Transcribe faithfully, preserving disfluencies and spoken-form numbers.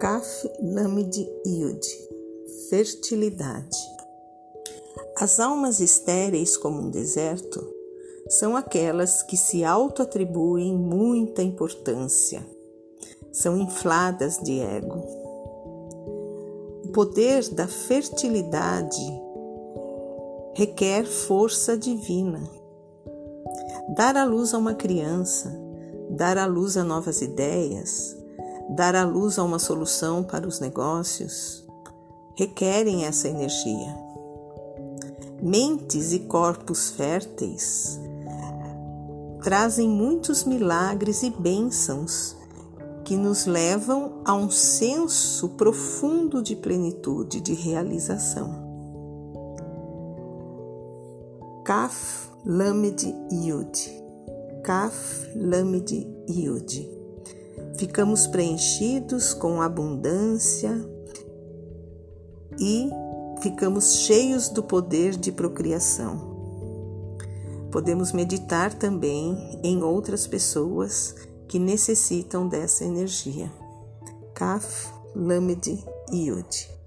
Kaf Lamed Yud, fertilidade. As almas estéreis como um deserto são aquelas que se auto-atribuem muita importância, são infladas de ego. O poder da fertilidade requer força divina. Dar à luz a uma criança, dar à luz a novas ideias, dar à luz a uma solução para os negócios, requerem essa energia. Mentes e corpos férteis trazem muitos milagres e bênçãos que nos levam a um senso profundo de plenitude, de realização. Kaf Lamed Yud, Kaf Lamed Yud. Ficamos preenchidos com abundância e ficamos cheios do poder de procriação. Podemos meditar também em outras pessoas que necessitam dessa energia. Kaf Lamed Yud.